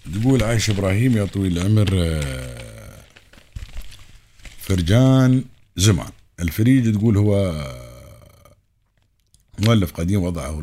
تقول عايش إبراهيم يا طويل العمر، فرجان زمان الفريج تقول هو مؤلف قديم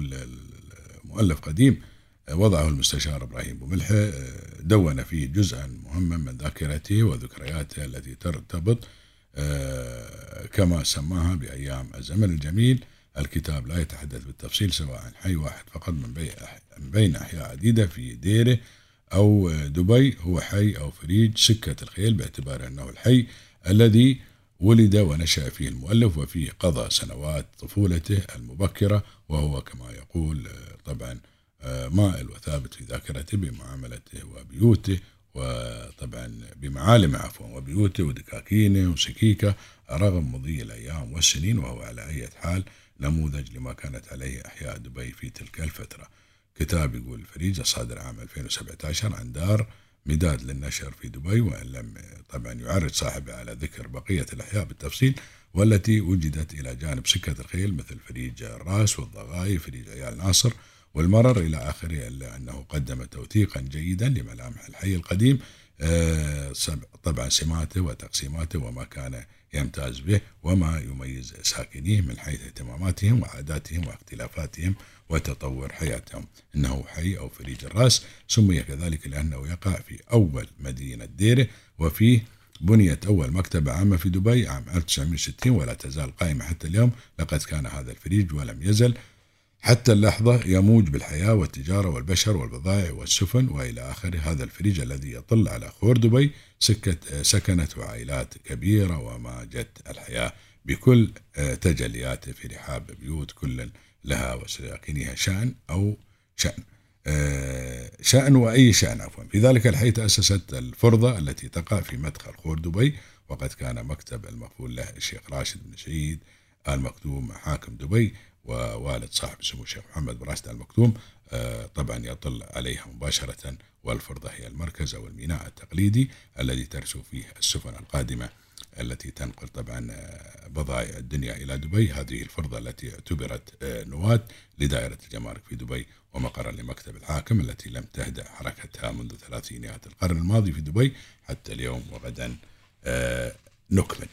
وضعه المستشار إبراهيم بوملحة، دون فيه جزءا مهما من ذاكرته وذكرياته التي ترتبط كما سماها بأيام الزمن الجميل. الكتاب لا يتحدث بالتفصيل سواء عن حي واحد فقط من بين أحياء عديدة في ديره أو دبي، هو حي أو فريج سكة الخيل، باعتبار أنه الحي الذي ولد ونشأ فيه المؤلف وفيه قضى سنوات طفولته المبكرة، وهو كما يقول طبعا مائل وثابت في ذاكرته بمعاملته وبيوته، وطبعا بمعالمه عفوا وبيوته ودكاكينه وسكيكه رغم مضي الأيام والسنين، وهو على أي حال نموذج لما كانت عليه أحياء دبي في تلك الفترة. كتاب يقول الفريج الصادر عام 2017 عن دار مداد للنشر في دبي، وإن لم طبعا يعرج صاحبه على ذكر بقية الأحياء بالتفصيل والتي وجدت إلى جانب سكة الخيل مثل فريج الراس والضغاي، فريج عيال ناصر والمرر إلى آخره، إلا أنه قدم توثيقا جيدا لملامح الحي القديم، طبعا سماته وتقسيماته وما كان يمتاز به وما يميز ساكنيه من حيث اهتماماتهم وعاداتهم واختلافاتهم وتطور حياتهم. إنه حي أو فريج الراس سمي كذلك لأنه يقع في أول مدينة ديره، وفيه بنيت أول مكتبة عامة في دبي عام 1960 ولا تزال قائمة حتى اليوم. لقد كان هذا الفريج ولم يزل حتى اللحظة يموج بالحياة والتجارة والبشر والبضائع والسفن وإلى آخره. هذا الفريج الذي يطل على خور دبي سكنت عائلات كبيرة وماجت الحياة بكل تجلياته في رحاب بيوت كل لها وساكنها شأن أو شأن وأي شأن عفوا. في ذلك الحي تأسست الفرضة التي تقع في مدخل خور دبي، وقد كان مكتب المغفور له الشيخ راشد بن سعيد آل مكتوم حاكم دبي ووالد صاحب سمو الشيخ محمد بن راشد آل مكتوم طبعا يطل عليها مباشرة، والفرضة هي المركز أو الميناء التقليدي الذي ترسو فيه السفن القادمة التي تنقل طبعا بضائع الدنيا إلى دبي. هذه الفرضة التي اعتبرت نواة لدائرة الجمارك في دبي ومقرا لمكتب الحاكم التي لم تهدأ حركتها منذ ثلاثينيات القرن الماضي في دبي حتى اليوم. وغدا نكمل.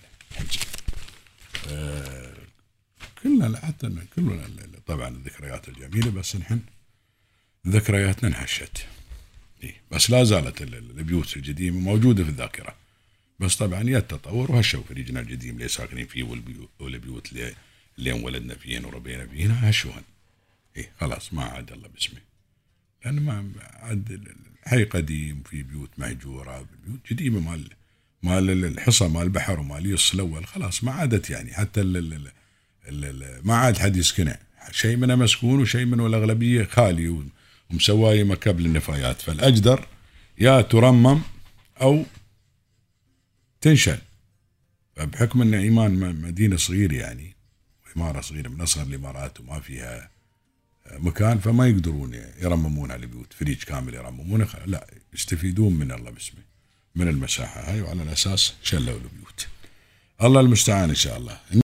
كلنا حتى كلنا طبعا الذكريات الجميلة، بس نحن ذكرياتنا انهشت، بس لا زالت البيوت القديمة موجودة في الذاكرة، بس طبعا يتطور وهشوا فريجنا القديم اللي ساكنين فيه والبيوت اللي انولدنا فيهن وربينا فيهن هشوهن. خلاص ما عاد الله باسمه، لأن ما عاد الحي قديم في بيوت مهجورة، بيوت قديمة مال الحصى مال البحر ومال يص الأول، خلاص ما عادت يعني حتى ما عاد حد يسكنه، شيء منه مسكون وشيء منه الأغلبية خالي ومسواي مكب للنفايات. فالأجدر يا ترمم أو تنشل، بحكم أن عمان مدينة صغيرة يعني وإمارة صغيرة من أصغر الإمارات وما فيها مكان، فما يقدرون يرممونها البيوت فريج كامل يرممونه، لا يستفيدون من الله باسمه من المساحة هاي، وعلى الأساس شلوا البيوت. الله المستعان إن شاء الله.